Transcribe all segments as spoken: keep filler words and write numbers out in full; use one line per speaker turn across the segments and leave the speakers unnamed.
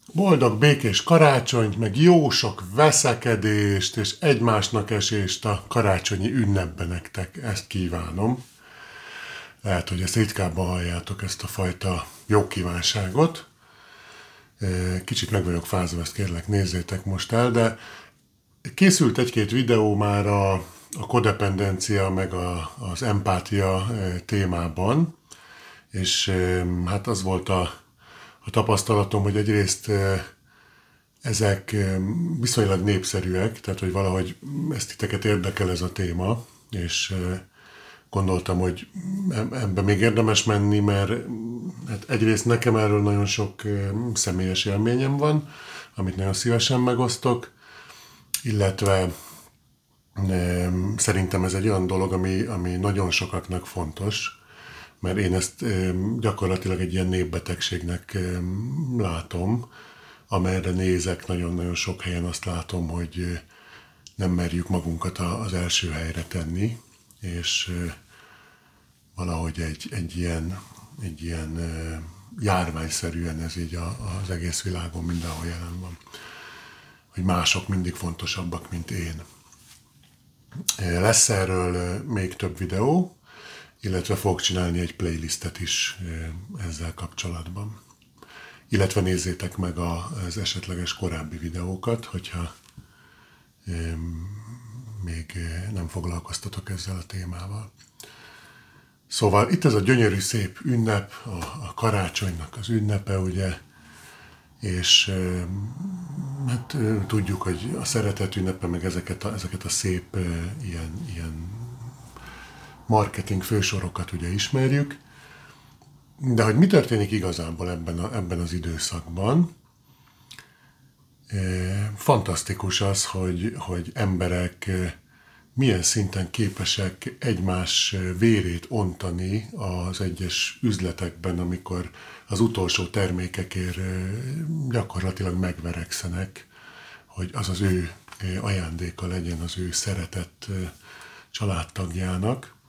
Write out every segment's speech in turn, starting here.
Boldog, békés karácsonyt, meg jó sok veszekedést és egymásnak esést a karácsonyi ünnepben nektek. Ezt kívánom. Lehet, hogy ezt ritkábban halljátok, ezt a fajta jó kívánságot. Kicsit meg vagyok fázva, ezt kérlek nézzétek most el, de készült egy-két videó már a, a kodependencia meg a, az empátia témában, és hát az volt a, a tapasztalatom, hogy egyrészt ezek viszonylag népszerűek, tehát hogy valahogy ezt titeket érdekel ez a téma, és gondoltam, hogy ebbe még érdemes menni, mert hát egyrészt nekem erről nagyon sok személyes élményem van, amit nagyon szívesen megosztok, illetve szerintem ez egy olyan dolog, ami, ami nagyon sokaknak fontos, mert én ezt gyakorlatilag egy ilyen népbetegségnek látom, amerre nézek, nagyon-nagyon sok helyen azt látom, hogy nem merjük magunkat az első helyre tenni, és valahogy egy, egy ilyen, egy ilyen járványszerűen ez így az egész világon mindenhol jelen van. Hogy mások mindig fontosabbak, mint én. Lesz erről még több videó, illetve fogok csinálni egy playlistet is ezzel kapcsolatban. Illetve nézzétek meg az esetleges korábbi videókat, hogyha még nem foglalkoztatok ezzel a témával. Szóval itt ez a gyönyörű szép ünnep, a, a karácsonynak az ünnepe, ugye, és hát tudjuk, hogy a szeretet ünnepe, meg ezeket a, ezeket a szép ilyen, ilyen marketing fősorokat ugye ismerjük, de hogy mi történik igazából ebben, a, ebben az időszakban, fantasztikus az, hogy, hogy emberek milyen szinten képesek egymás vérét ontani az egyes üzletekben, amikor az utolsó termékekért gyakorlatilag megverekszenek, hogy az az ő ajándéka legyen az ő szeretett családtagjának,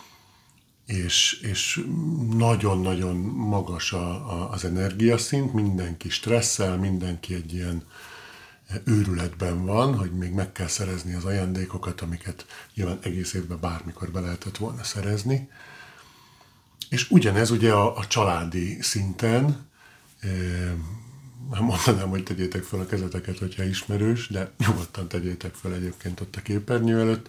és, és nagyon-nagyon magas a, a, az energiaszint, mindenki stresszel, mindenki egy ilyen őrületben van, hogy még meg kell szerezni az ajándékokat, amiket nyilván egész évben bármikor be lehetett volna szerezni. És ugyanez ugye a, a családi szinten, nem mondanám, hogy tegyétek fel a kezeteket, hogyha ismerős, de nyugodtan tegyétek fel egyébként ott a képernyő előtt.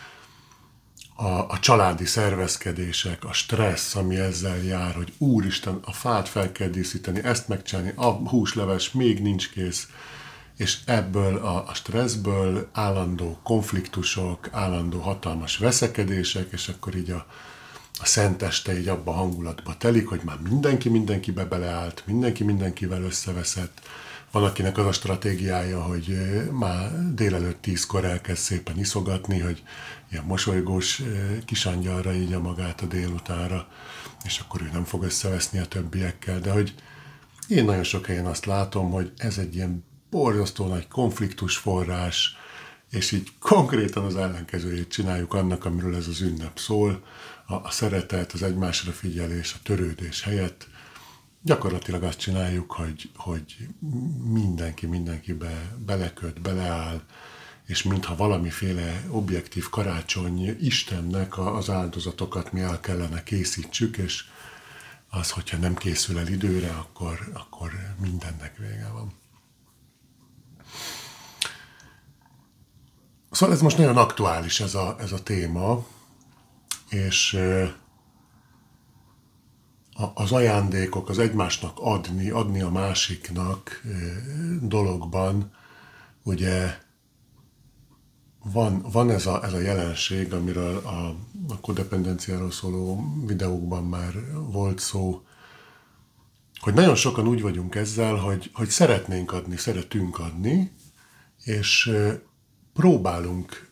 A, a családi szervezkedések, a stressz, ami ezzel jár, hogy úristen, a fát fel kell díszíteni, ezt megcsinálni, a húsleves még nincs kész, és ebből a, a stresszből állandó konfliktusok, állandó hatalmas veszekedések, és akkor így a, a szenteste így abba a hangulatba telik, hogy már mindenki mindenkibe beleállt, mindenki mindenkivel összeveszett. Van, akinek az a stratégiája, hogy már délelőtt tízkor elkezd szépen iszogatni, hogy ilyen mosolygós kisangyalra ígya magát a délutánra, és akkor ő nem fog összeveszni a többiekkel. De hogy én nagyon sok helyen azt látom, hogy ez egy ilyen borzasztó nagy konfliktus forrás, és így konkrétan az ellenkezőjét csináljuk annak, amiről ez az ünnep szól, a, a szeretet, az egymásra figyelés, a törődés helyett. Gyakorlatilag azt csináljuk, hogy, hogy mindenki mindenkibe beleköt, beleáll, és mintha valamiféle objektív karácsony Istennek az áldozatokat mi el kellene készítsük, és az, hogyha nem készül el időre, akkor, akkor mindennek vége van. Szóval ez most nagyon aktuális ez a, ez a téma, és az ajándékok, az egymásnak adni, adni a másiknak dologban, ugye van, van ez, a, ez a jelenség, amiről a, a kodependenciáról szóló videókban már volt szó, hogy nagyon sokan úgy vagyunk ezzel, hogy, hogy szeretnénk adni, szeretünk adni, és próbálunk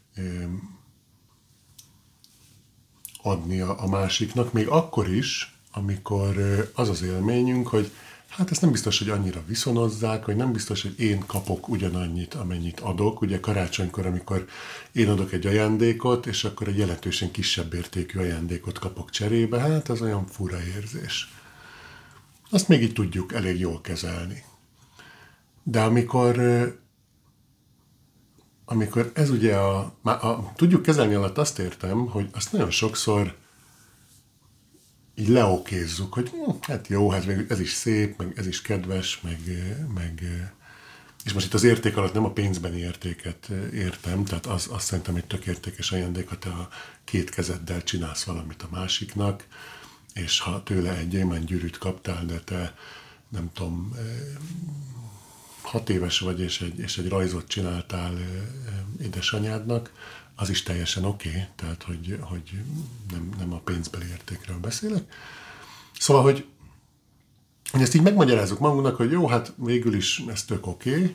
adni a, a másiknak, még akkor is, amikor az az élményünk, hogy hát ezt nem biztos, hogy annyira viszonozzák, vagy nem biztos, hogy én kapok ugyanannyit, amennyit adok. Ugye karácsonykor, amikor én adok egy ajándékot, és akkor egy jelentősen kisebb értékű ajándékot kapok cserébe, hát ez olyan fura érzés. Azt még így tudjuk elég jól kezelni. De amikor, amikor ez ugye a, a, a... Tudjuk kezelni alatt azt értem, hogy azt nagyon sokszor így leokézzuk, hogy hm, hát jó, hát végül ez is szép, meg ez is kedves, meg, meg és most itt az érték alatt nem a pénzbeni értéket értem, tehát az, azt szerintem egy tök értékes ajándék, ha te a két kezeddel csinálsz valamit a másiknak, és ha tőle egy gyémántgyűrűt kaptál, de te nem tudom, hat éves vagy, és egy, és egy rajzot csináltál édesanyádnak, az is teljesen oké, okay, tehát hogy, hogy nem, nem a pénzbeli értékről beszélek. Szóval, hogy, hogy ezt így megmagyarázzuk magunknak, hogy jó, hát végül is ez tök oké, okay,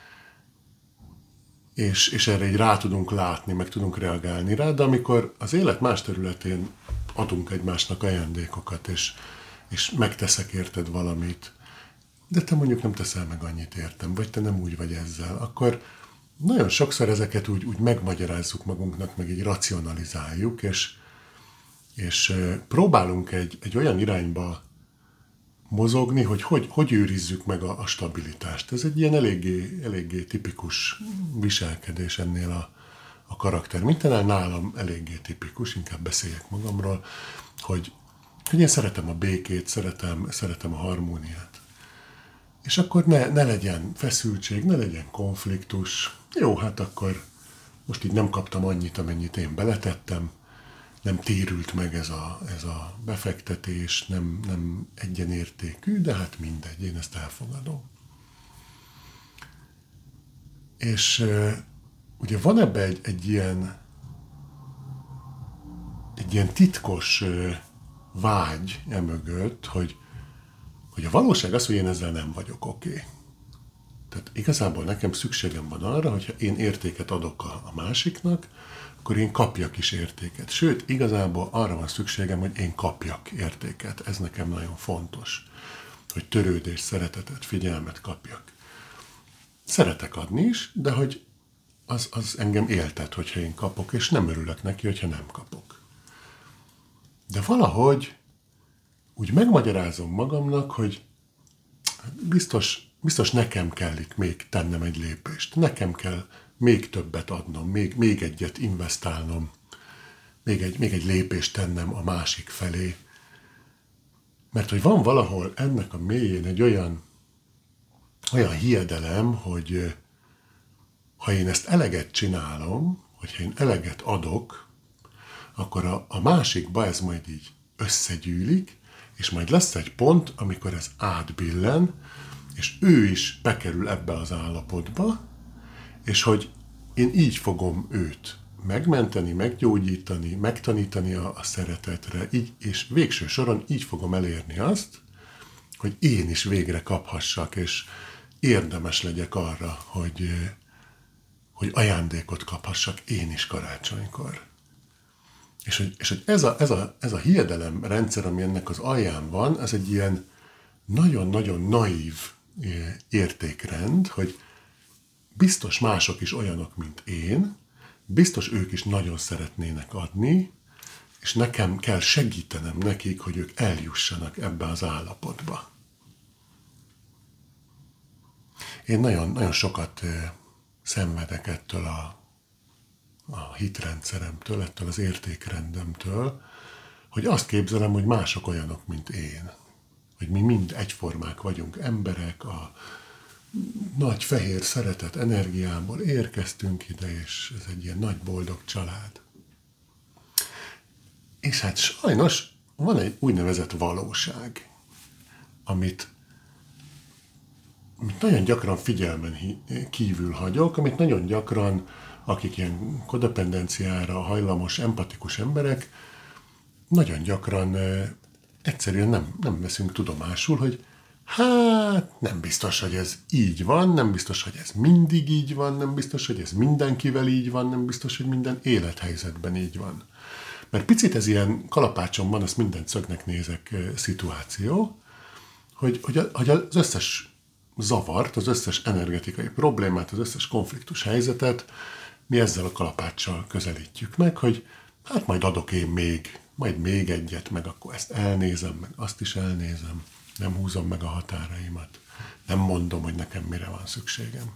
és, és erre így rá tudunk látni, meg tudunk reagálni rá, de amikor az élet más területén adunk egymásnak ajándékokat, és, és megteszek érted valamit, de te mondjuk nem teszel meg annyit értem, vagy te nem úgy vagy ezzel, akkor nagyon sokszor ezeket úgy, úgy megmagyarázzuk magunknak, meg így racionalizáljuk, és, és próbálunk egy, egy olyan irányba mozogni, hogy hogy, hogy őrizzük meg a, a stabilitást. Ez egy ilyen eléggé, eléggé tipikus viselkedés ennél a, a karakter. Mindenel nálam eléggé tipikus, inkább beszéljek magamról, hogy, hogy én szeretem a békét, szeretem, szeretem a harmóniát. És akkor ne, ne legyen feszültség, ne legyen konfliktus. Jó, hát akkor most így nem kaptam annyit, amennyit én beletettem, nem térült meg ez a, ez a befektetés, nem, nem egyenértékű, de hát mindegy, én ezt elfogadom. És ugye van ebbe egy, egy ilyen egy ilyen titkos vágy emögött, hogy, hogy a valóság az, hogy én ezzel nem vagyok oké. Okay. Tehát igazából nekem szükségem van arra, hogyha én értéket adok a, a másiknak, akkor én kapjak is értéket. Sőt, igazából arra van szükségem, hogy én kapjak értéket. Ez nekem nagyon fontos, hogy törődés, szeretetet, figyelmet kapjak. Szeretek adni is, de hogy az, az engem éltet, hogyha én kapok, és nem örülök neki, hogyha nem kapok. De valahogy úgy megmagyarázom magamnak, hogy biztos, biztos nekem kell itt még tennem egy lépést. Nekem kell még többet adnom, még, még egyet investálnom, még egy, még egy lépést tennem a másik felé. Mert hogy van valahol ennek a mélyén egy olyan, olyan hiedelem, hogy ha én ezt eleget csinálom, hogyha én eleget adok, akkor a, a másikba ez majd így összegyűlik, és majd lesz egy pont, amikor ez átbillen, és ő is bekerül ebbe az állapotba, és hogy én így fogom őt megmenteni, meggyógyítani, megtanítani a, a szeretetre, így, és végső soron így fogom elérni azt, hogy én is végre kaphassak, és érdemes legyek arra, hogy, hogy ajándékot kaphassak én is karácsonykor. És hogy, és hogy ez, a, ez, a, ez a hiedelem rendszer, ami ennek az alján van, ez egy ilyen nagyon-nagyon naív értékrend, hogy biztos mások is olyanok, mint én, biztos ők is nagyon szeretnének adni, és nekem kell segítenem nekik, hogy ők eljussanak ebbe az állapotba. Én nagyon, nagyon sokat szenvedek ettől a, a hitrendszeremtől, ettől az értékrendemtől, hogy azt képzelem, hogy mások olyanok, mint én. Hogy mi mind egyformák vagyunk, emberek, a nagy fehér szeretet energiából érkeztünk ide, és ez egy ilyen nagy boldog család. És hát sajnos van egy úgynevezett valóság, amit, amit nagyon gyakran figyelmen kívül hagyok, amit nagyon gyakran, akik ilyen kodependenciára hajlamos, empatikus emberek, nagyon gyakran egyszerűen nem, nem veszünk tudomásul, hogy hát nem biztos, hogy ez így van, nem biztos, hogy ez mindig így van, nem biztos, hogy ez mindenkivel így van, nem biztos, hogy minden élethelyzetben így van. Mert picit ez ilyen kalapácsomban, azt minden szögnek nézek szituáció, hogy, hogy, a, hogy az összes zavart, az összes energetikai problémát, az összes konfliktus helyzetet mi ezzel a kalapáccsal közelítjük meg, hogy hát majd adok én még, majd még egyet, meg akkor ezt elnézem, meg azt is elnézem. Nem húzom meg a határaimat. Nem mondom, hogy nekem mire van szükségem.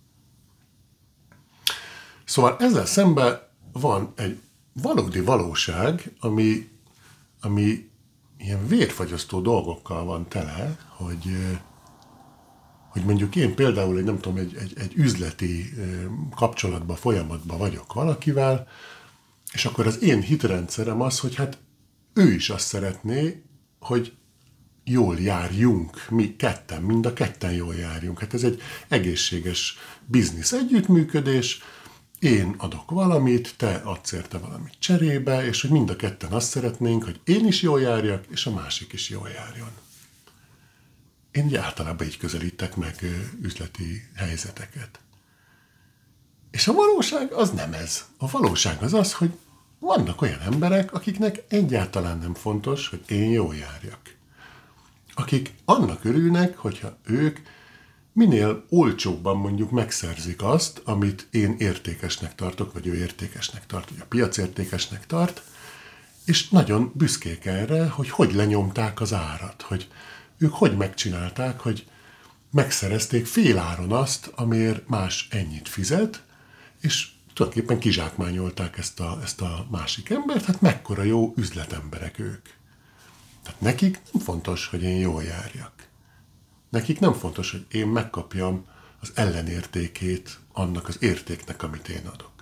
Szóval ezzel szemben van egy valódi valóság, ami, ami ilyen vérfagyasztó dolgokkal van tele, hogy, hogy mondjuk én például egy, nem tudom, egy, egy, egy üzleti kapcsolatban, folyamatban vagyok valakivel, és akkor az én hitrendszerem az, hogy hát ő is azt szeretné, hogy jól járjunk, mi ketten, mind a ketten jól járjunk. Hát ez egy egészséges biznisz együttműködés, én adok valamit, te adsz érte valamit cserébe, és hogy mind a ketten azt szeretnénk, hogy én is jól járjak, és a másik is jól járjon. Én ugye általában így közelítek meg üzleti helyzeteket. És a valóság az nem ez. A valóság az az, hogy vannak olyan emberek, akiknek egyáltalán nem fontos, hogy én jól járjak. Akik annak örülnek, hogyha ők minél olcsóbban mondjuk megszerzik azt, amit én értékesnek tartok, vagy ő értékesnek tart, vagy a piac értékesnek tart, és nagyon büszkék erre, hogy hogy lenyomták az árat, hogy ők hogy megcsinálták, hogy megszerezték féláron azt, amiért más ennyit fizet, és tulajdonképpen kizsákmányolták ezt a, ezt a másik embert, hát mekkora jó üzletemberek ők. Tehát nekik nem fontos, hogy én jól járjak. Nekik nem fontos, hogy én megkapjam az ellenértékét annak az értéknek, amit én adok.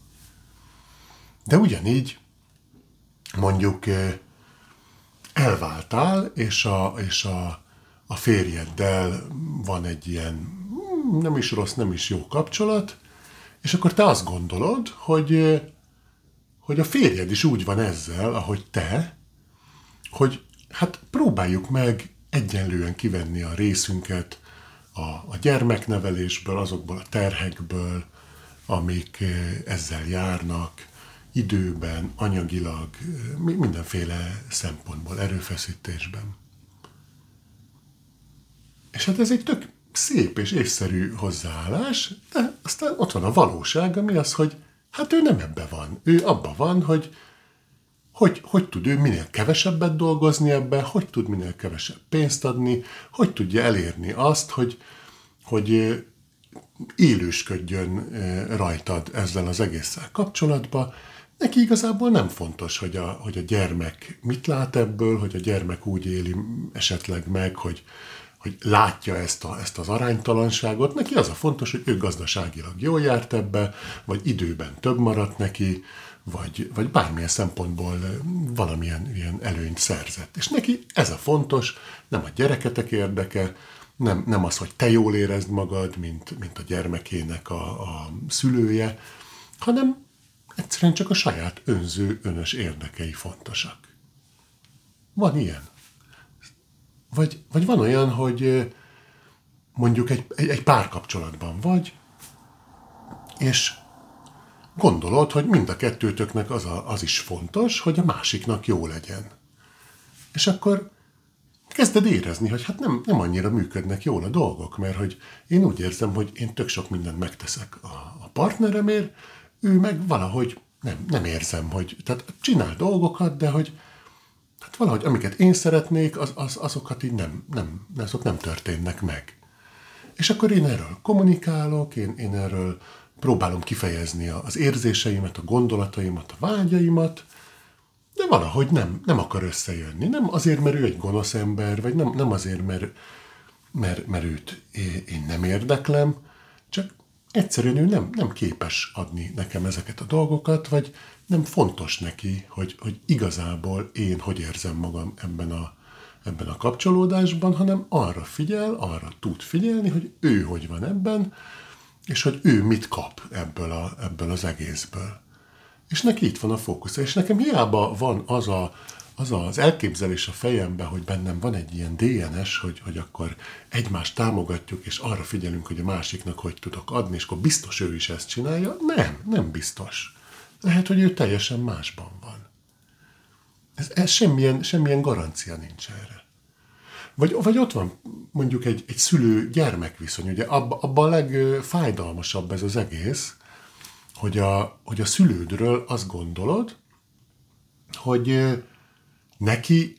De ugyanígy mondjuk elváltál, és a, és a, a férjeddel van egy ilyen nem is rossz, nem is jó kapcsolat, és akkor te azt gondolod, hogy, hogy a férjed is úgy van ezzel, ahogy te, hogy hát próbáljuk meg egyenlően kivenni a részünket a, a gyermeknevelésből, azokból a terhekből, amik ezzel járnak, időben, anyagilag, mindenféle szempontból, erőfeszítésben. És hát ez egy tök szép és észszerű hozzáállás, de aztán ott van a valóság, ami az, hogy hát ő nem ebbe van. Ő abban van, hogy Hogy, hogy tud ő minél kevesebbet dolgozni ebben, hogy tud minél kevesebb pénzt adni, hogy tudja elérni azt, hogy, hogy élősködjön rajtad ezzel az egésszel kapcsolatban. Neki igazából nem fontos, hogy a, hogy a gyermek mit lát ebből, hogy a gyermek úgy éli esetleg meg, hogy, hogy látja ezt, a, ezt az aránytalanságot. Neki az a fontos, hogy ő gazdaságilag jól járt ebbe, vagy időben több maradt neki, vagy, vagy bármilyen szempontból valamilyen ilyen előnyt szerzett. És neki ez a fontos, nem a gyereketek érdeke, nem, nem az, hogy te jól érezd magad, mint, mint a gyermekének a, a szülője, hanem egyszerűen csak a saját önző, önös érdekei fontosak. Van ilyen. Vagy, vagy van olyan, hogy mondjuk egy, egy, egy párkapcsolatban vagy, és gondolod, hogy mind a kettőtöknek az, a, az is fontos, hogy a másiknak jó legyen. És akkor kezded érezni, hogy hát nem, nem annyira működnek jól a dolgok, mert hogy én úgy érzem, hogy én tök sok mindent megteszek a, a partneremért, ő meg valahogy nem, nem érzem, hogy tehát csinál dolgokat, de hogy hát valahogy amiket én szeretnék, az, az, azokat így nem, nem, azok nem történnek meg. És akkor én erről kommunikálok, én, én erről próbálom kifejezni az érzéseimet, a gondolataimat, a vágyaimat, de valahogy nem, nem akar összejönni. Nem azért, mert ő egy gonosz ember, vagy nem, nem azért, mert, mert, mert őt én nem érdeklem, csak egyszerűen ő nem, nem képes adni nekem ezeket a dolgokat, vagy nem fontos neki, hogy, hogy igazából én hogy érzem magam ebben a, ebben a kapcsolódásban, hanem arra figyel, arra tud figyelni, hogy ő hogy van ebben, és hogy ő mit kap ebből, a, ebből az egészből. És neki itt van a fókusz. És nekem hiába van az, a, az az elképzelés a fejemben, hogy bennem van egy ilyen dé en es, hogy, hogy akkor egymást támogatjuk, és arra figyelünk, hogy a másiknak hogy tudok adni, és akkor biztos ő is ezt csinálja. Nem, nem biztos. Lehet, hogy ő teljesen másban van. Ez, ez semmilyen, semmilyen garancia nincs erre. Vagy, vagy ott van mondjuk egy, egy szülő-gyermek viszony. Ugye abban abba a legfájdalmasabb ez az egész, hogy a, hogy a szülődről azt gondolod, hogy neki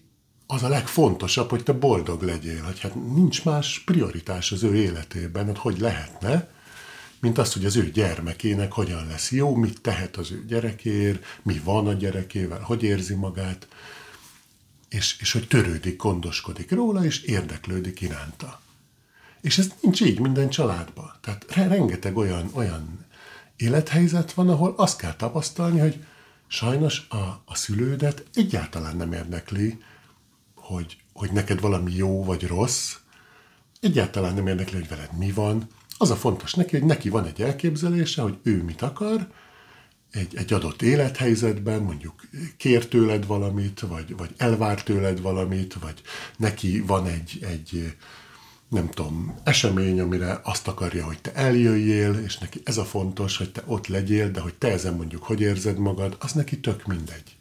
az a legfontosabb, hogy te boldog legyél. Hogy hát nincs más prioritás az ő életében, hogy hogy lehetne, mint az, hogy az ő gyermekének hogyan lesz jó, mit tehet az ő gyerekért, mi van a gyerekével, hogy érzi magát, és, és hogy törődik, gondoskodik róla, és érdeklődik iránta. És ez nincs így minden családban. Tehát rengeteg olyan, olyan élethelyzet van, ahol azt kell tapasztalni, hogy sajnos a, a szülődet egyáltalán nem érdekli, hogy, hogy neked valami jó vagy rossz, egyáltalán nem érdekli, hogy veled mi van. Az a fontos neki, hogy neki van egy elképzelése, hogy ő mit akar, egy, egy adott élethelyzetben, mondjuk kér tőled valamit, vagy, vagy elvár tőled valamit, vagy neki van egy, egy nem tudom, esemény, amire azt akarja, hogy te eljöjjél, és neki ez a fontos, hogy te ott legyél, de hogy te ezen mondjuk hogy érzed magad, az neki tök mindegy.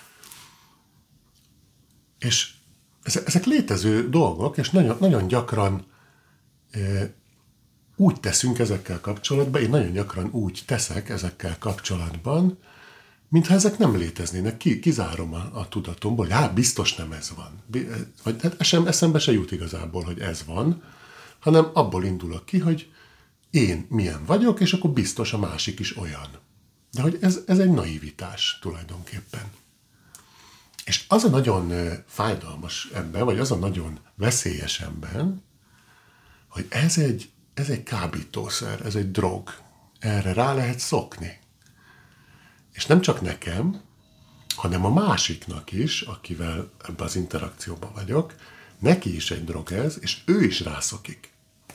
És ezek létező dolgok, és nagyon, nagyon gyakran e, úgy teszünk ezekkel kapcsolatban, én nagyon gyakran úgy teszek ezekkel kapcsolatban, mintha ezek nem léteznének. Ki, kizárom a, a tudatomból, hogy hát biztos nem ez van. Vagy hát sem, eszembe se jut igazából, hogy ez van, hanem abból indulok ki, hogy én milyen vagyok, és akkor biztos a másik is olyan. De hogy ez, ez egy naivitás tulajdonképpen. És az a nagyon fájdalmas ebben, vagy az a nagyon veszélyes ebben, hogy ez egy, ez egy kábítószer, ez egy drog. Erre rá lehet szokni. És nem csak nekem, hanem a másiknak is, akivel ebben az interakcióban vagyok, neki is egy drog ez, és ő is rászokik.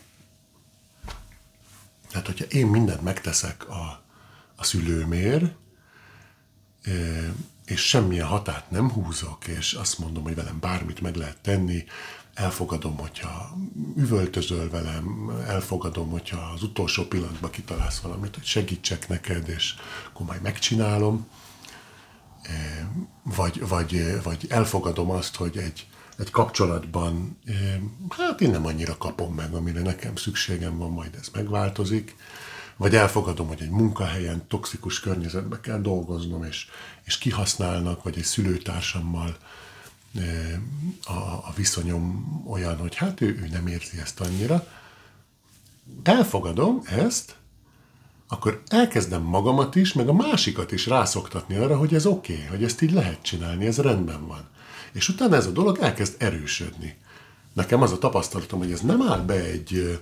Tehát, hogyha én mindent megteszek a, a szülőmért, és semmilyen határt nem húzok, és azt mondom, hogy velem bármit meg lehet tenni, elfogadom, hogyha üvöltözöl velem, elfogadom, hogyha az utolsó pillanatban kitalálsz valamit, hogy segítsek neked, és akkor majd megcsinálom, vagy, vagy, vagy elfogadom azt, hogy egy, egy kapcsolatban, hát én nem annyira kapom meg, amire nekem szükségem van, majd ez megváltozik, vagy elfogadom, hogy egy munkahelyen, toxikus környezetben kell dolgoznom, és, és kihasználnak, vagy egy szülőtársammal a, a viszonyom olyan, hogy hát ő, ő nem érzi ezt annyira. Elfogadom ezt, akkor elkezdem magamat is, meg a másikat is rászoktatni arra, hogy ez oké, okay, hogy ezt így lehet csinálni, ez rendben van. És utána ez a dolog elkezd erősödni. Nekem az a tapasztalatom, hogy ez nem áll be egy,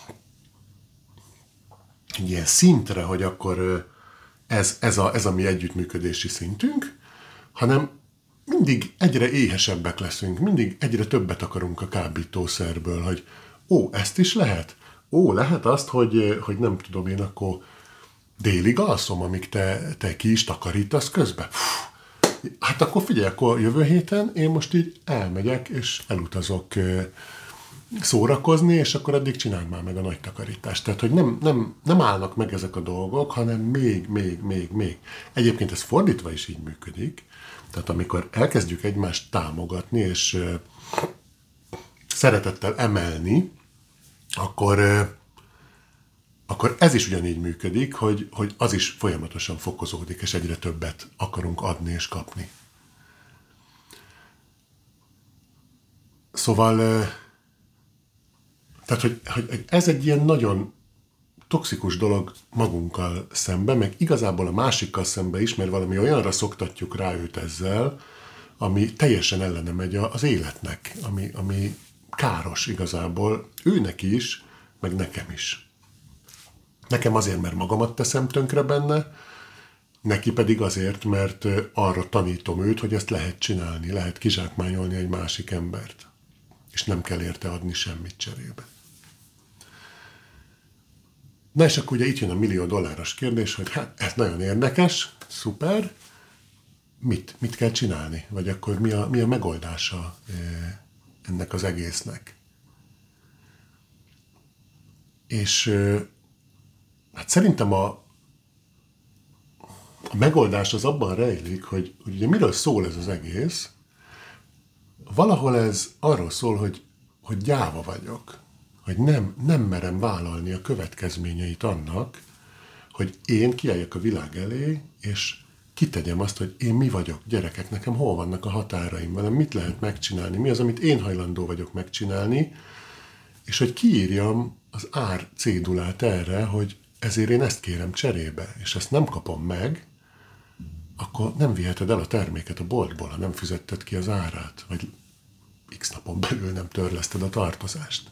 egy ilyen szintre, hogy akkor ez, ez, a, ez a mi együttműködési szintünk, hanem mindig egyre éhesebbek leszünk, mindig egyre többet akarunk a kábítószerből, hogy ó, ezt is lehet? Ó, lehet azt, hogy, hogy nem tudom én, akkor délig alszom, amíg te, te ki is takarítasz közben? Hát akkor figyelj, akkor jövő héten én most így elmegyek, és elutazok szórakozni, és akkor addig csináld már meg a nagy takarítást. Tehát, hogy nem, nem, nem állnak meg ezek a dolgok, hanem még, még, még, még. Egyébként ez fordítva is így működik. Tehát amikor elkezdjük egymást támogatni, és szeretettel emelni, akkor, akkor ez is ugyanígy működik, hogy, hogy az is folyamatosan fokozódik, és egyre többet akarunk adni és kapni. Szóval, tehát, hogy, hogy ez egy ilyen nagyon toxikus dolog magunkkal szembe, meg igazából a másikkal szembe is, mert valami olyanra szoktatjuk rá őt ezzel, ami teljesen ellene megy az életnek, ami, ami káros igazából őnek is, meg nekem is. Nekem azért, mert magamat teszem tönkre benne, neki pedig azért, mert arra tanítom őt, hogy ezt lehet csinálni, lehet kizsákmányolni egy másik embert, és nem kell érte adni semmit cserébe. Na és akkor ugye itt jön a millió dolláros kérdés, hogy hát ez nagyon érdekes, szuper, mit, mit kell csinálni? Vagy akkor mi a, mi a megoldása ennek az egésznek? És hát szerintem a, a megoldás az abban rejlik, hogy, hogy ugye miről szól ez az egész. Valahol ez arról szól, hogy, hogy gyáva vagyok. Hogy nem, nem merem vállalni a következményeit annak, hogy én kiálljak a világ elé, és kitegyem azt, hogy én mi vagyok, gyerekek, nekem hol vannak a határaim, velem mit lehet megcsinálni, mi az, amit én hajlandó vagyok megcsinálni, és hogy kiírjam az ár cédulát erre, hogy ezért én ezt kérem cserébe, és ezt nem kapom meg, akkor nem viheted el a terméket a boltból, ha nem fizetted ki az árát, vagy x napon belül nem törleszted a tartozást.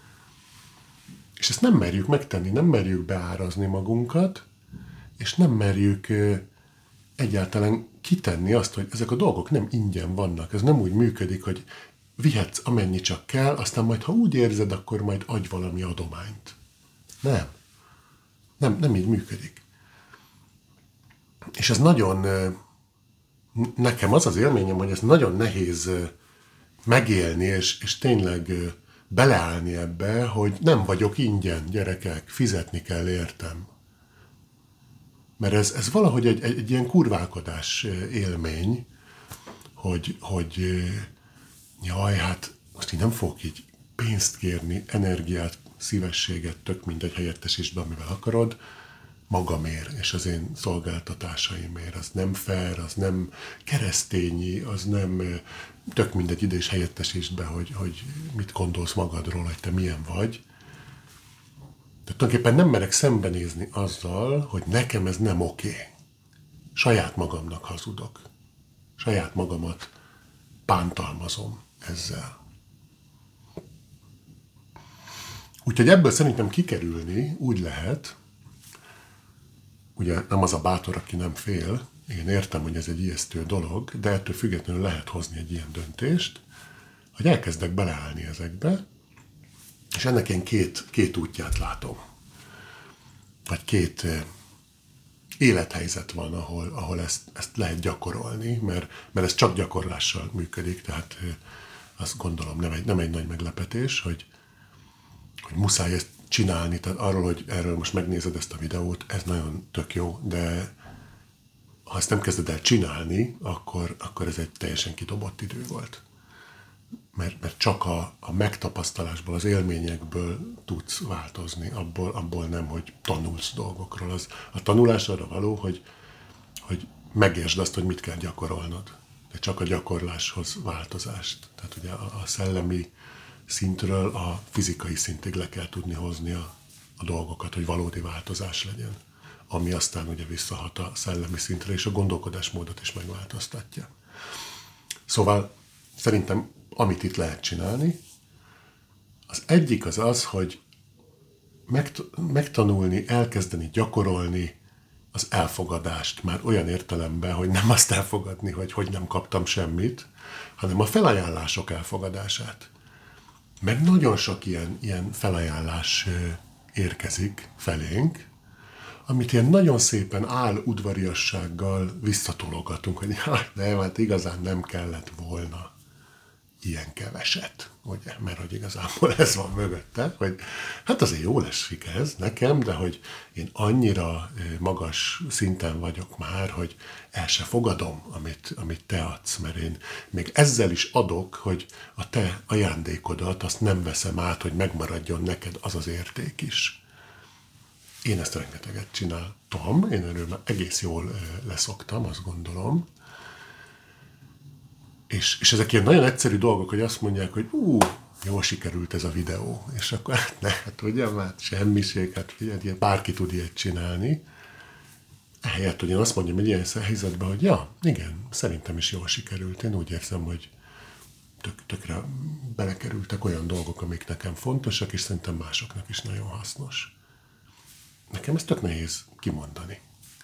És ezt nem merjük megtenni, nem merjük beárazni magunkat, és nem merjük egyáltalán kitenni azt, hogy ezek a dolgok nem ingyen vannak. Ez nem úgy működik, hogy vihetsz amennyi csak kell, aztán majd, ha úgy érzed, akkor majd adj valami adományt. Nem. Nem, nem így működik. És ez nagyon, nekem az az élményem, hogy ez nagyon nehéz megélni, és, és tényleg beleállni ebbe, hogy nem vagyok ingyen, gyerekek, fizetni kell értem. Mert ez, ez valahogy egy, egy, egy ilyen kurválkodás élmény, hogy, hogy jaj, hát most én nem fogok így pénzt kérni, energiát, szívességet, tök mindegy, helyettesítsd be, amivel akarod, magamért és az én szolgáltatásaimért. Az nem fair, az nem keresztényi, az nem tök mindegy, ide is helyettesítsd be, hogy, hogy mit gondolsz magadról, hogy te milyen vagy. De tulajdonképpen nem merek szembenézni azzal, hogy nekem ez nem oké. Saját magamnak hazudok. Saját magamat bántalmazom ezzel. Úgyhogy ebből szerintem kikerülni úgy lehet, ugye nem az a bátor, aki nem fél, én értem, hogy ez egy ijesztő dolog, de ettől függetlenül lehet hozni egy ilyen döntést, hogy elkezdek beleállni ezekbe, és ennek én két, két útját látom. Vagy két élethelyzet van, ahol, ahol ezt, ezt lehet gyakorolni, mert, mert ez csak gyakorlással működik, tehát azt gondolom nem egy, nem egy nagy meglepetés, hogy, hogy muszáj ezt csinálni, tehát arról, hogy erről most megnézed ezt a videót, ez nagyon tök jó, de ha ezt nem kezded el csinálni, akkor, akkor ez egy teljesen kidobott idő volt. Mert, mert csak a, a megtapasztalásból, az élményekből tudsz változni, abból, abból nem, hogy tanulsz dolgokról. Az, a tanulás arra való, hogy, hogy megértsd azt, hogy mit kell gyakorolnod. De csak a gyakorláshoz változást. Tehát ugye a, a szellemi szintről a fizikai szintig le kell tudni hozni a, a dolgokat, hogy valódi változás legyen. Ami aztán ugye visszahat a szellemi szintre, és a gondolkodásmódot is megváltoztatja. Szóval szerintem amit itt lehet csinálni, az egyik az az, hogy megtanulni, elkezdeni gyakorolni az elfogadást, már olyan értelemben, hogy nem azt elfogadni, hogy hogy nem kaptam semmit, hanem a felajánlások elfogadását. Meg nagyon sok ilyen, ilyen felajánlás érkezik felénk, amit ilyen nagyon szépen áll udvariassággal visszatologatunk, hogy nem, hát igazán nem kellett volna ilyen keveset, ugye? Mert hogy igazából ez van mögötte, hogy hát azért jól esik ez nekem, de hogy én annyira magas szinten vagyok már, hogy el se fogadom, amit, amit te adsz, mert én még ezzel is adok, hogy a te ajándékodat azt nem veszem át, hogy megmaradjon neked az az érték is. Én ezt rengeteget csináltam, én erről már egész jól leszoktam, azt gondolom. És, és ezek ilyen nagyon egyszerű dolgok, hogy azt mondják, hogy ú, jól sikerült ez a videó. És akkor hát ne, hát ugye, hát semmiség, hát figyelj, bárki tud ilyet csinálni. Ehelyett, hogy én azt mondjam egy ilyen helyzetben, hogy ja, igen, szerintem is jól sikerült. Én úgy érzem, hogy tök, tökre belekerültek olyan dolgok, amik nekem fontosak, és szerintem másoknak is nagyon hasznos. Nekem ez tök nehéz kimondani.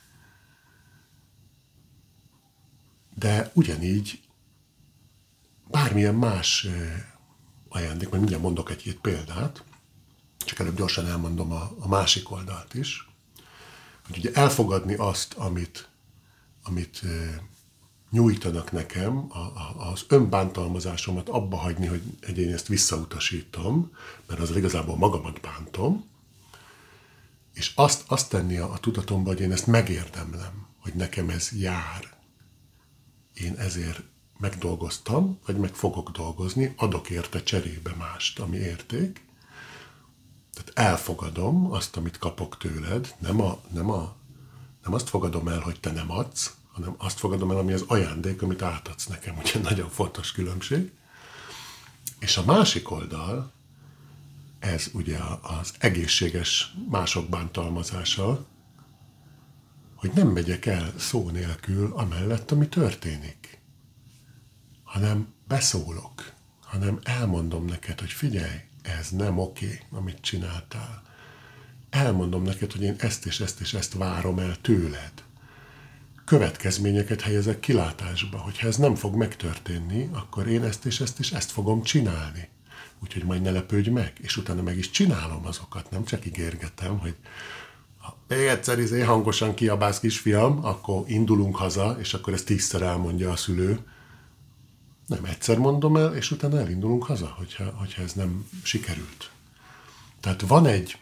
De ugyanígy bármilyen más ajándék, majd mindjárt mondok egy-két példát, csak előbb gyorsan elmondom a, a másik oldalt is, hogy ugye elfogadni azt, amit, amit nyújtanak nekem, a, a, az önbántalmazásomat abba hagyni, hogy én ezt visszautasítom, mert az igazából magamat bántom, és azt, azt tenni a, a tudatomba, hogy én ezt megérdemlem, hogy nekem ez jár. Én ezért megdolgoztam, vagy meg fogok dolgozni, adok érte cserébe mást, ami érték. Tehát elfogadom azt, amit kapok tőled, nem, a, nem, a, nem azt fogadom el, hogy te nem adsz, hanem azt fogadom el, ami az ajándék, amit átadsz nekem. Úgyhogy nagyon fontos különbség. És a másik oldal, ez ugye az egészséges mások bántalmazása, hogy nem megyek el szó nélkül amellett, ami történik, hanem beszólok, hanem elmondom neked, hogy figyelj, ez nem oké, amit csináltál. Elmondom neked, hogy én ezt és ezt és ezt várom el tőled. Következményeket helyezek kilátásba, hogyha ez nem fog megtörténni, akkor én ezt és ezt és ezt fogom csinálni. Úgyhogy majd ne lepődj meg, és utána meg is csinálom azokat, nem csak ígérgetem, hogy ha még egyszer izé hangosan kiabálsz, kisfiam, akkor indulunk haza, és akkor ezt tízszer elmondja a szülő. Nem, egyszer mondom el, és utána elindulunk haza, hogyha, hogyha ez nem sikerült. Tehát van egy,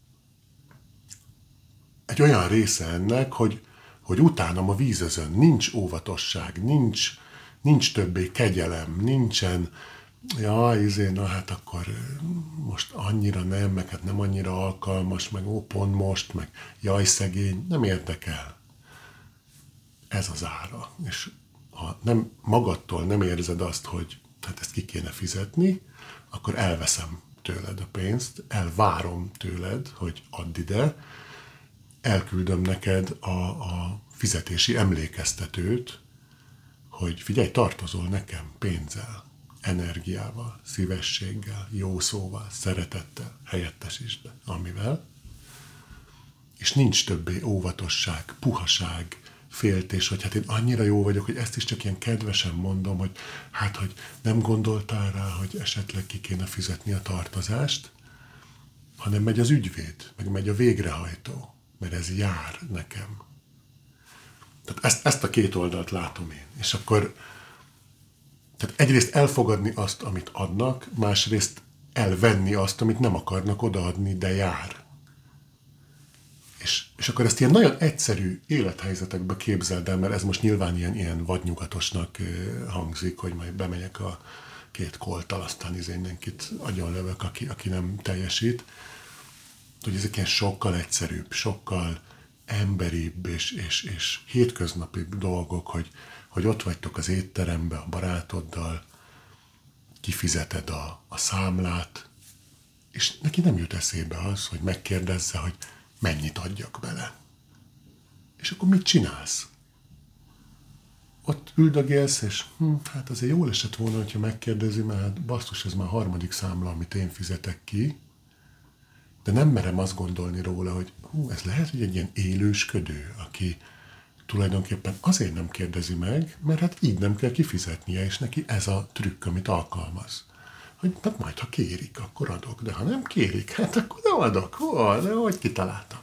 egy olyan része ennek, hogy, hogy utánam a vízözön nincs óvatosság, nincs, nincs többé kegyelem, nincsen, ja, izé, na hát akkor most annyira nem, meg hát nem annyira alkalmas, meg ó, pont most, meg jaj, szegény, nem érdekel. Ez az ára. És ha nem, magadtól nem érzed azt, hogy hát ezt ki kéne fizetni, akkor elveszem tőled a pénzt, elvárom tőled, hogy add ide, elküldöm neked a, a fizetési emlékeztetőt, hogy figyelj, tartozol nekem pénzzel, energiával, szívességgel, jó szóval, szeretettel, helyettesítsd be, amivel, és nincs többé óvatosság, puhaság, féltés, hogy hát én annyira jó vagyok, hogy ezt is csak ilyen kedvesen mondom, hogy hát, hogy nem gondoltál rá, hogy esetleg ki kéne fizetni a tartozást, hanem megy az ügyvéd, meg megy a végrehajtó, mert ez jár nekem. Tehát ezt, ezt a két oldalt látom én. És akkor tehát egyrészt elfogadni azt, amit adnak, másrészt elvenni azt, amit nem akarnak odaadni, de jár. És, és akkor ezt ilyen nagyon egyszerű élethelyzetekbe képzeld el, mert ez most nyilván ilyen, ilyen vadnyugatosnak hangzik, hogy majd bemegyek a két kolttal, aztán izé mindenkit agyonlövök, aki, aki nem teljesít. Hogy ezek ilyen sokkal egyszerűbb, sokkal emberibb és, és, és hétköznapibb dolgok, hogy, hogy ott vagytok az étterembe a barátoddal, kifizeted a, a számlát, és neki nem jut eszébe az, hogy megkérdezze, hogy mennyit adjak bele. És akkor mit csinálsz? Ott üldögélsz, és hm, hát azért jól esett volna, hogyha megkérdezi, mert hát basszus, ez már a harmadik számla, amit én fizetek ki, de nem merem azt gondolni róla, hogy hú, ez lehet, hogy egy ilyen élősködő, aki tulajdonképpen azért nem kérdezi meg, mert hát így nem kell kifizetnie, és neki ez a trükk, amit alkalmaz. Hogy hát majd, ha kérik, akkor adok, de ha nem kérik, hát akkor nem adok. Hol, de hogy kitaláltam?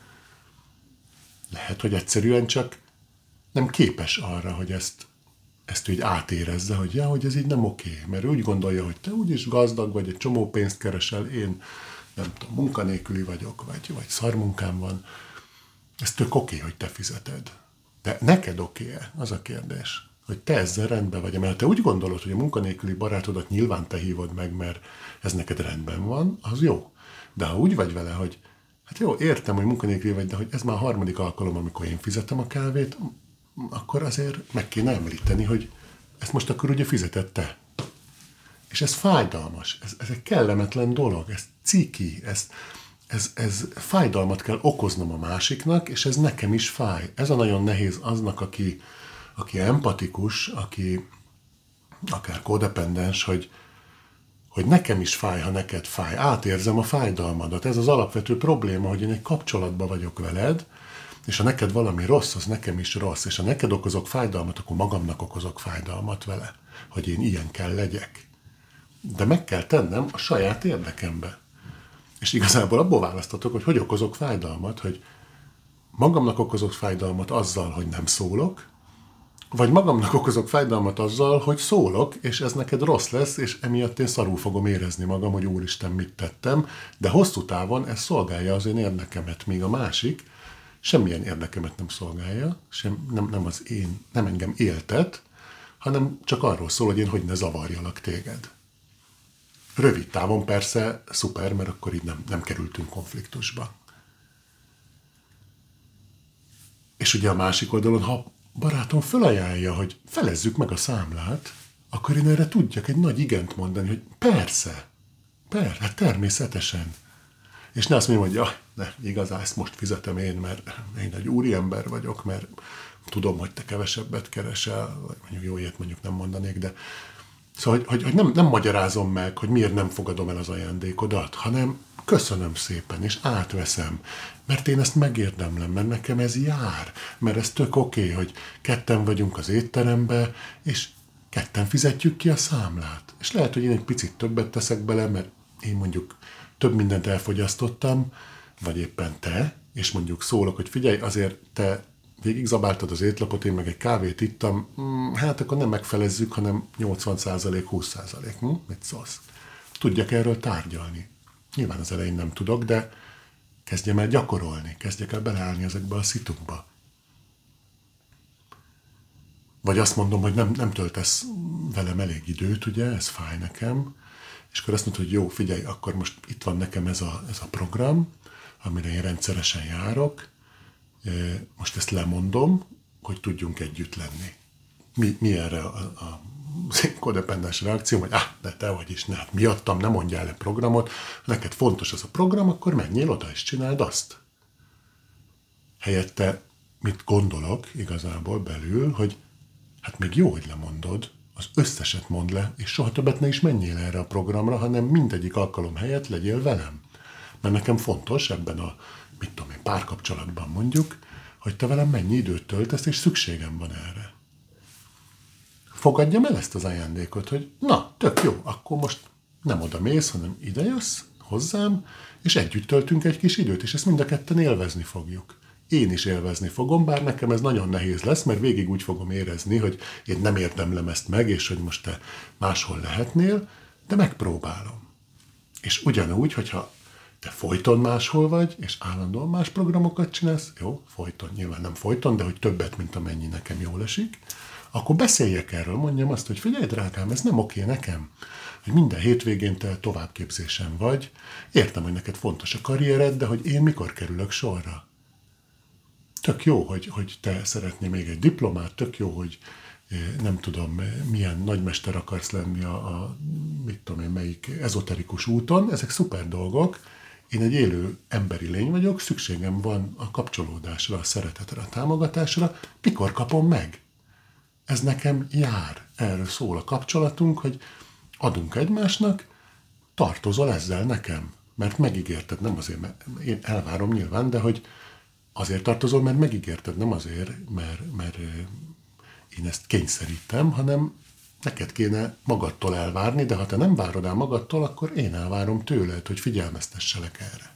Lehet, hogy egyszerűen csak nem képes arra, hogy ezt, ezt úgy átérezze, hogy ja, hogy ez így nem oké, mert ő úgy gondolja, hogy te úgyis gazdag vagy, egy csomó pénzt keresel, én nem tudom, munkanélküli vagyok, vagy, vagy szarmunkám van. Ez tök oké, hogy te fizeted. De neked oké-e? Az a kérdés. Hogy te ezzel rendben vagy. Mert te úgy gondolod, hogy a munkanélküli barátodat nyilván te hívod meg, mert ez neked rendben van, az jó. De ha úgy vagy vele, hogy hát jó, értem, hogy munkanélküli vagy, de hogy ez már a harmadik alkalom, amikor én fizetem a kávét, akkor azért meg kéne említeni, hogy ezt most akkor ugye fizetett te. És ez fájdalmas, ez, ez egy kellemetlen dolog, ez ciki, ez, ez, ez fájdalmat kell okoznom a másiknak, és ez nekem is fáj. Ez a nagyon nehéz aznak, aki, aki empatikus, aki akár kódependens, hogy, hogy nekem is fáj, ha neked fáj. Átérzem a fájdalmadat. Ez az alapvető probléma, hogy én egy kapcsolatban vagyok veled, és ha neked valami rossz, az nekem is rossz. És ha neked okozok fájdalmat, akkor magamnak okozok fájdalmat vele, hogy én ilyen kell legyek. De meg kell tennem a saját érdekembe. És igazából abból választatok, hogy hogy okozok fájdalmat, hogy magamnak okozok fájdalmat azzal, hogy nem szólok, vagy magamnak okozok fájdalmat azzal, hogy szólok, és ez neked rossz lesz, és emiatt én szarul fogom érezni magam, hogy úristen, mit tettem, de hosszú távon ez szolgálja az én érdekemet, míg a másik semmilyen érdekemet nem szolgálja, sem, nem, nem az én, nem engem éltet, hanem csak arról szól, hogy én hogy ne zavarjalak téged. Rövid távon persze szuper, mert akkor így nem, nem kerültünk konfliktusba. És ugye a másik oldalon, ha barátom felajánlja, hogy felezzük meg a számlát, akkor én erre tudjak egy nagy igent mondani, hogy persze, persze, hát természetesen. És ne azt mondjam, hogy ja, ne, igazán ezt most fizetem én, mert én egy úriember vagyok, mert tudom, hogy te kevesebbet keresel, vagy mondjuk jó, ilyet mondjuk nem mondanék, de szóval, hogy, hogy, hogy nem, nem magyarázom meg, hogy miért nem fogadom el az ajándékodat, hanem köszönöm szépen, és átveszem, mert én ezt megérdemlem, mert nekem ez jár, mert ez tök oké, okay, hogy ketten vagyunk az étterembe, és ketten fizetjük ki a számlát. És lehet, hogy én egy picit többet teszek bele, mert én mondjuk több mindent elfogyasztottam, vagy éppen te, és mondjuk szólok, hogy figyelj, azért te végigzabáltad az étlapot, én meg egy kávét ittam, hát akkor nem megfelezzük, hanem nyolcvan százalék, húsz százalék. Hm? Mit szólsz? Tudjak erről tárgyalni. Nyilván az elején nem tudok, de kezdjem el gyakorolni, kezdjek el beleállni ezekbe a szitukba. Vagy azt mondom, hogy nem, nem töltesz velem elég időt, ugye, ez fáj nekem, és akkor azt mondod, hogy jó, figyelj, akkor most itt van nekem ez a, ez a program, amire én rendszeresen járok, most ezt lemondom, hogy tudjunk együtt lenni. Mi, mi erre a, a kodependens reakció, hogy ah, de te vagy is, ne, hát miattam, ne mondjál le programot, neked fontos az a program, akkor menjél oda és csináld azt. Helyette mit gondolok igazából belül, hogy hát még jó, hogy lemondod, az összeset mondd le, és soha többet ne is menjél erre a programra, hanem mindegyik alkalom helyett legyél velem. Mert nekem fontos ebben a, mit tudom én, párkapcsolatban mondjuk, hogy te velem mennyi időt töltesz, és szükségem van erre. Fogadjam el ezt az ajándékot, hogy na, tök jó, akkor most nem oda mész, hanem ide jössz hozzám, és együtt töltünk egy kis időt, és ezt mind a ketten élvezni fogjuk. Én is élvezni fogom, bár nekem ez nagyon nehéz lesz, mert végig úgy fogom érezni, hogy én nem érdemlem ezt meg, és hogy most te máshol lehetnél, de megpróbálom. És ugyanúgy, hogyha te folyton máshol vagy, és állandóan más programokat csinálsz, jó, folyton, nyilván nem folyton, de hogy többet, mint amennyi nekem jól esik, akkor beszéljek erről, mondjam azt, hogy figyelj, drágám, ez nem oké nekem, hogy minden hétvégén te továbbképzésen vagy, értem, hogy neked fontos a karriered, de hogy én mikor kerülök sorra. Tök jó, hogy, hogy te szeretnél még egy diplomát, tök jó, hogy nem tudom, milyen nagymester akarsz lenni a, a mit tudom én, melyik ezoterikus úton, ezek szuper dolgok. Én egy élő emberi lény vagyok, szükségem van a kapcsolódásra, a szeretetre, a támogatásra. Mikor kapom meg? Ez nekem jár. Erről szól a kapcsolatunk, hogy adunk egymásnak, tartozol ezzel nekem. Mert megígérted, nem azért, mert én elvárom nyilván, de hogy azért tartozol, mert megígérted, nem azért, mert, mert én ezt kényszerítem, hanem neked kéne magadtól elvárni, de ha te nem várod el magadtól, akkor én elvárom tőled, hogy figyelmeztesselek erre.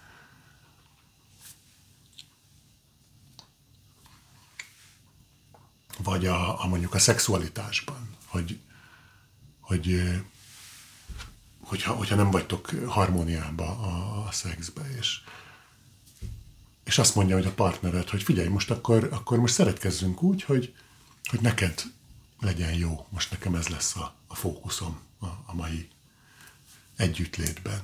Vagy a, a mondjuk a szexualitásban, hogy, hogy hogyha, hogyha nem vagytok harmóniában a, a szexbe, és, és azt mondja, hogy a partnered, hogy figyelj, most akkor, akkor most szeretkezzünk úgy, hogy, hogy neked legyen jó, most nekem ez lesz a, a fókuszom a, a mai együttlétben.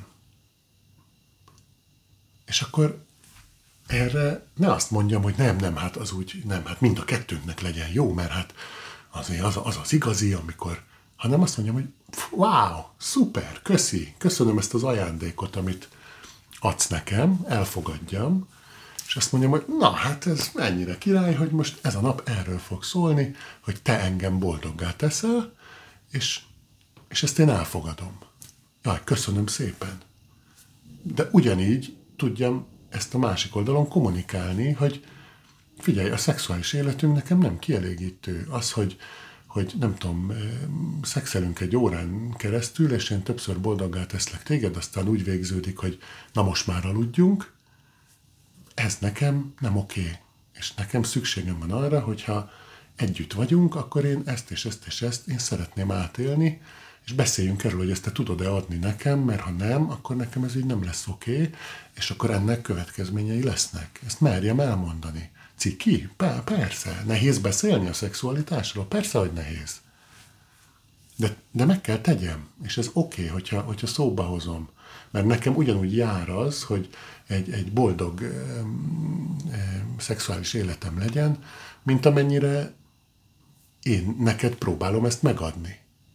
És akkor erre ne azt mondjam, hogy nem, nem, hát az úgy, nem, hát mind a kettőnknek legyen jó, mert hát azért az az, az igazi, amikor, hanem azt mondjam, hogy wow, szuper, köszi, köszönöm ezt az ajándékot, amit adsz nekem, elfogadjam, és azt mondjam, hogy na, hát ez mennyire király, hogy most ez a nap erről fog szólni, hogy te engem boldoggá teszel, és, és ezt én elfogadom. Jaj, köszönöm szépen. De ugyanígy tudjam ezt a másik oldalon kommunikálni, hogy figyelj, a szexuális életünk nekem nem kielégítő. Az, hogy, hogy nem tudom, szexelünk egy órán keresztül, és én többször boldoggá teszlek téged, aztán úgy végződik, hogy na most már aludjunk, ez nekem nem oké. És nekem szükségem van arra, hogyha együtt vagyunk, akkor én ezt és ezt és ezt én szeretném átélni, és beszéljünk erről, hogy ezt te tudod-e adni nekem, mert ha nem, akkor nekem ez így nem lesz oké, és akkor ennek következményei lesznek. Ezt merjem elmondani. Ciki? Persze. Nehéz beszélni a szexualitásról? Persze, hogy nehéz. De, de meg kell tegyem, és ez oké, hogyha, hogyha szóba hozom. Mert nekem ugyanúgy jár az, hogy egy, egy boldog e, szexuális életem legyen, mint amennyire én neked próbálom ezt megadni.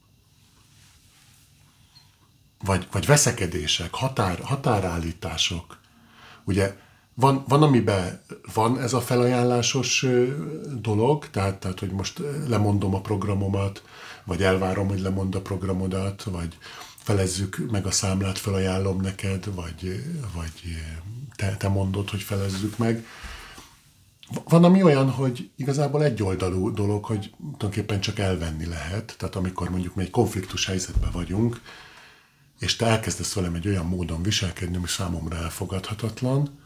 Vagy, vagy veszekedések, határ, határállítások. Ugye van, van, amiben van ez a felajánlásos dolog, tehát, tehát, hogy most lemondom a programomat, vagy elvárom, hogy lemond a programodat, vagy felezzük meg a számlát, felajánlom neked, vagy, vagy te, te mondod, hogy felezzük meg. Van, ami olyan, hogy igazából egyoldalú dolog, hogy tulajdonképpen csak elvenni lehet. Tehát amikor mondjuk mi egy konfliktus helyzetben vagyunk, és te elkezdesz velem egy olyan módon viselkedni, ami számomra elfogadhatatlan,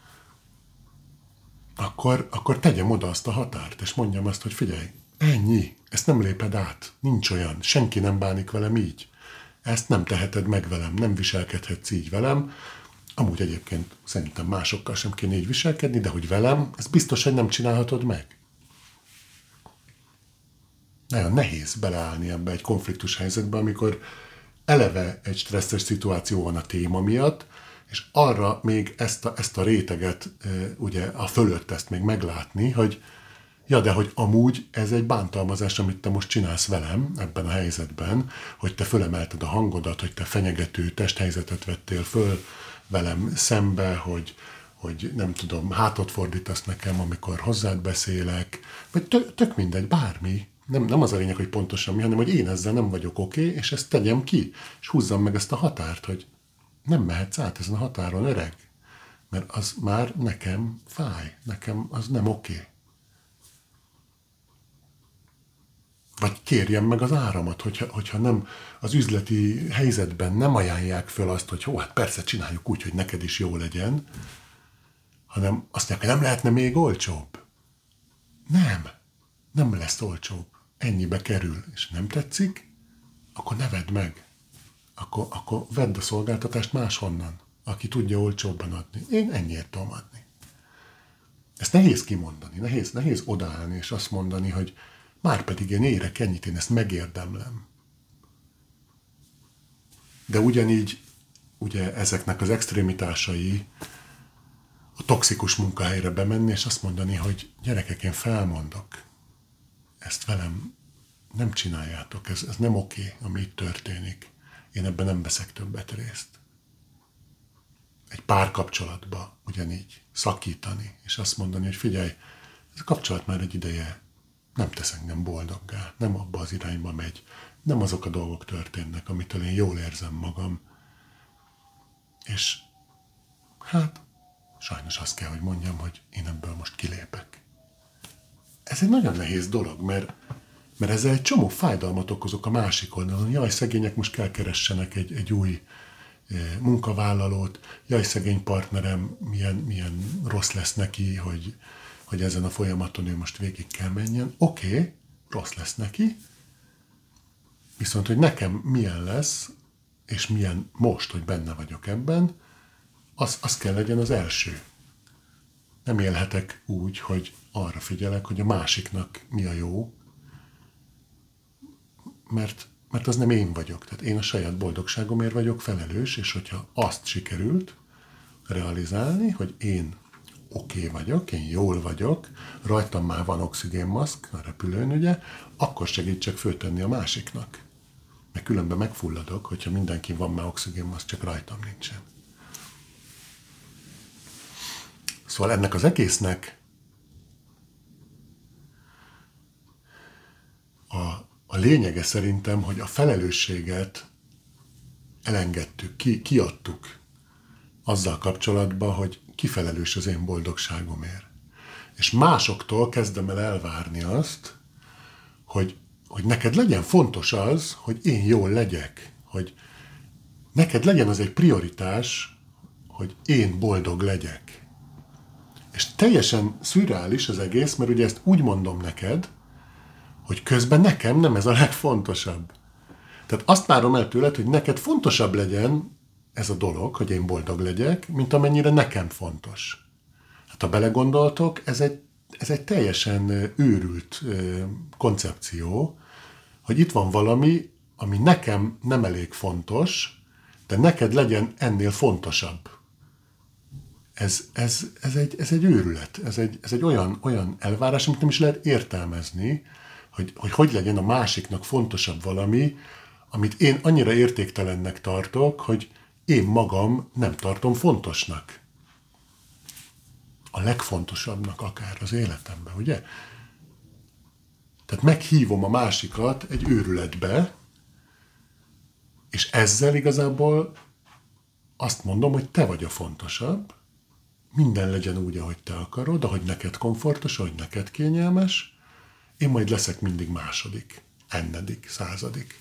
akkor, akkor tegyem oda azt a határt, és mondjam azt, hogy figyelj, ennyi, ezt nem léped át, nincs olyan, senki nem bánik velem így. Ezt nem teheted meg velem, nem viselkedhetsz így velem. Amúgy egyébként szerintem másokkal sem kéne így viselkedni, de hogy velem, ezt biztos, hogy nem csinálhatod meg. Nagyon nehéz beleállni ebbe egy konfliktus helyzetbe, amikor eleve egy stresszes szituáció van a téma miatt, és arra még ezt a, ezt a réteget, ugye a fölött ezt még meglátni, hogy ja, de hogy amúgy ez egy bántalmazás, amit te most csinálsz velem ebben a helyzetben, hogy te fölemelted a hangodat, hogy te fenyegető testhelyzetet vettél föl velem szembe, hogy, hogy nem tudom, hátat fordítasz nekem, amikor hozzád beszélek, vagy tök, tök mindegy, bármi. Nem, nem az a lényeg, hogy pontosan mi, hanem hogy én ezzel nem vagyok oké, okay, és ezt tegyem ki, és húzzam meg ezt a határt, hogy nem mehetsz át ezen a határon, öreg, mert az már nekem fáj, nekem az nem oké. Okay. Vagy kérjem meg az áramat, hogyha, hogyha nem az üzleti helyzetben nem ajánlják föl azt, hogy hó, hát persze csináljuk úgy, hogy neked is jó legyen, hanem azt mondják, hogy nem lehetne még olcsóbb. Nem, nem lesz olcsóbb. Ennyibe kerül, és nem tetszik, akkor ne vedd meg. Akkor, akkor vedd a szolgáltatást máshonnan, aki tudja olcsóbban adni. Én ennyiért tudom adni. Ezt nehéz kimondani, nehéz, nehéz odaállni és azt mondani, hogy már pedig én érek ennyit, én ezt megérdemlem. De ugyanígy ugye ezeknek az extrémitásai a toxikus munkahelyre bemenni, és azt mondani, hogy gyerekek, én felmondok. Ezt velem nem csináljátok, ez, ez nem oké, ami itt történik. Én ebben nem veszek többet részt. Egy párkapcsolatba ugyanígy szakítani, és azt mondani, hogy figyelj, ez a kapcsolat már egy ideje nem tesz engem boldoggá, nem abba az irányba megy, nem azok a dolgok történnek, amitől én jól érzem magam. És hát sajnos azt kell, hogy mondjam, hogy én ebből most kilépek. Ez egy nagyon nehéz dolog, mert, mert ezzel egy csomó fájdalmat okozok a másik oldalon. Jaj, szegények most kell keressenek egy, egy új munkavállalót, jaj, szegény partnerem, milyen, milyen rossz lesz neki, hogy, hogy ezen a folyamaton ő most végig kell menjen. Oké, okay, rossz lesz neki, viszont, hogy nekem milyen lesz, és milyen most, hogy benne vagyok ebben, az, az kell legyen az első. Nem élhetek úgy, hogy arra figyelek, hogy a másiknak mi a jó, mert, mert az nem én vagyok. Tehát én a saját boldogságomért vagyok felelős, és hogyha azt sikerült realizálni, hogy én oké okay vagyok, én jól vagyok, rajtam már van oxigénmaszk a repülőn, ugye, akkor segítsek föltenni a másiknak. Mert különben megfulladok, hogyha mindenki van már oxigénmaszk, csak rajtam nincsen. Szóval ennek az egésznek a, a lényege szerintem, hogy a felelősséget elengedtük, ki, kiadtuk azzal kapcsolatban, hogy ki felelős az én boldogságomért. És másoktól kezdem el elvárni azt, hogy, hogy neked legyen fontos az, hogy én jól legyek, hogy neked legyen az egy prioritás, hogy én boldog legyek. És teljesen szürreális az egész, mert ugye ezt úgy mondom neked, hogy közben nekem nem ez a legfontosabb. Tehát azt várom el tőled, hogy neked fontosabb legyen ez a dolog, hogy én boldog legyek, mint amennyire nekem fontos. Hát ha belegondoltok, ez egy, ez egy teljesen őrült koncepció, hogy itt van valami, ami nekem nem elég fontos, de neked legyen ennél fontosabb. Ez, ez, ez, egy, ez egy őrület, ez egy, ez egy olyan, olyan elvárás, amit nem is lehet értelmezni, hogy, hogy hogy legyen a másiknak fontosabb valami, amit én annyira értéktelennek tartok, hogy én magam nem tartom fontosnak. A legfontosabbnak akár az életemben, ugye? Tehát meghívom a másikat egy őrületbe, és ezzel igazából azt mondom, hogy te vagy a fontosabb, minden legyen úgy, ahogy te akarod, ahogy neked komfortos, ahogy neked kényelmes, én majd leszek mindig második, ennedik, századik.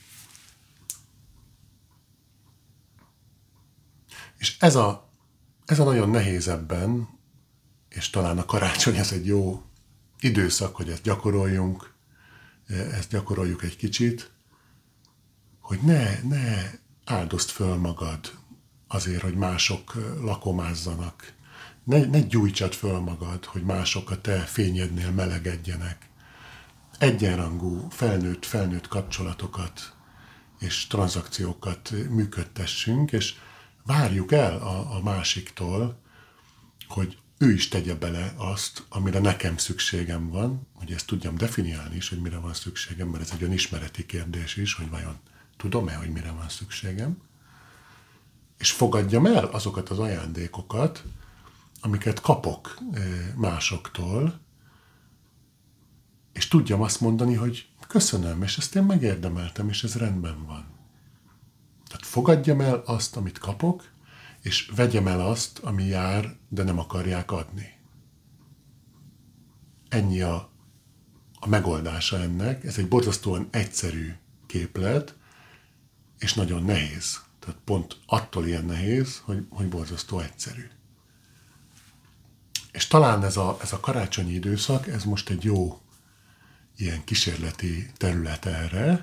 És ez a, ez a nagyon nehéz ebben, és talán a karácsony ez egy jó időszak, hogy ezt gyakoroljunk, ezt gyakoroljuk egy kicsit, hogy ne, ne áldozd föl magad azért, hogy mások lakomázzanak. Ne, ne gyújtsad föl magad, hogy mások a te fényednél melegedjenek. Egyenrangú, felnőtt, felnőtt kapcsolatokat és tranzakciókat működtessünk, és várjuk el a, a másiktól, hogy ő is tegye bele azt, amire nekem szükségem van, hogy ezt tudjam definiálni is, hogy mire van szükségem, mert ez egy olyan ismereti kérdés is, hogy vajon tudom-e, hogy mire van szükségem, és fogadjam el azokat az ajándékokat, amiket kapok másoktól, és tudjam azt mondani, hogy köszönöm, és ezt én megérdemeltem, és ez rendben van. Tehát fogadjam el azt, amit kapok, és vegyem el azt, ami jár, de nem akarják adni. Ennyi a, a megoldása ennek. Ez egy borzasztóan egyszerű képlet, és nagyon nehéz. Tehát pont attól ilyen nehéz, hogy, hogy borzasztó egyszerű. És talán ez a, ez a karácsonyi időszak, ez most egy jó ilyen kísérleti terület erre,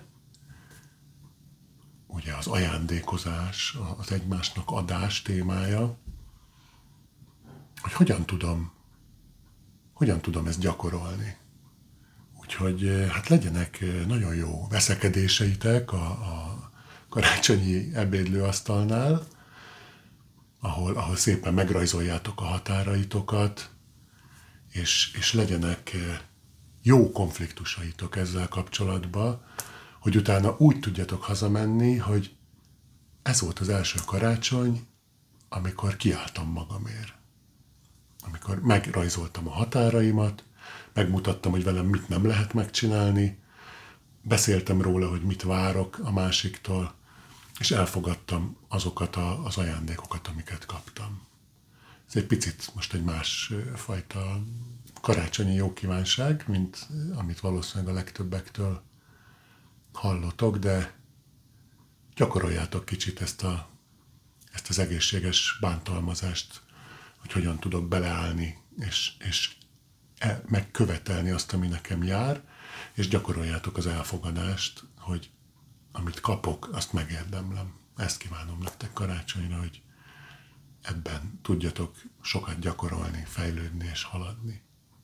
ugye az ajándékozás, az egymásnak adás témája, hogy hogyan tudom, hogyan tudom ezt gyakorolni. Úgyhogy hát legyenek nagyon jó veszekedéseitek a, a karácsonyi ebédlőasztalnál, ahol, ahol szépen megrajzoljátok a határaitokat, és, és legyenek jó konfliktusaitok ezzel kapcsolatban, hogy utána úgy tudjatok hazamenni, hogy ez volt az első karácsony, amikor kiálltam magamért. Amikor megrajzoltam a határaimat, megmutattam, hogy velem mit nem lehet megcsinálni, beszéltem róla, hogy mit várok a másiktól, és elfogadtam azokat a, az ajándékokat, amiket kaptam. Ez egy picit most egy más fajta karácsonyi jókívánság, mint amit valószínűleg a legtöbbektől hallotok, de gyakoroljátok kicsit ezt, a, ezt az egészséges bántalmazást, hogy hogyan tudok beleállni, és, és el, megkövetelni azt, ami nekem jár, és gyakoroljátok az elfogadást, hogy amit kapok, azt megérdemlem. Ezt kívánom nektek karácsonyra, hogy ebben tudjatok sokat gyakorolni, fejlődni és haladni.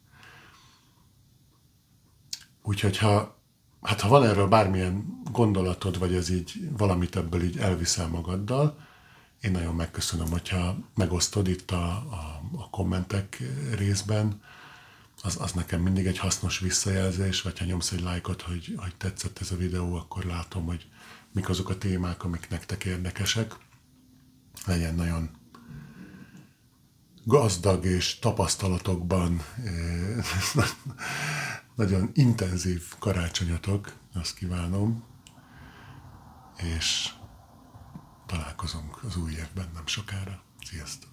Úgyhogy ha, hát ha van erről bármilyen gondolatod, vagy ez így valamit ebből így elviszel magaddal, én nagyon megköszönöm, hogyha megosztod itt a, a, a kommentek részben, az, az nekem mindig egy hasznos visszajelzés, vagy ha nyomsz egy lájkot, hogy, hogy tetszett ez a videó, akkor látom, hogy mik azok a témák, amik nektek érdekesek. Legyen nagyon gazdag és tapasztalatokban nagyon intenzív karácsonyatok, azt kívánom, és találkozunk az új évben nem sokára. Sziasztok!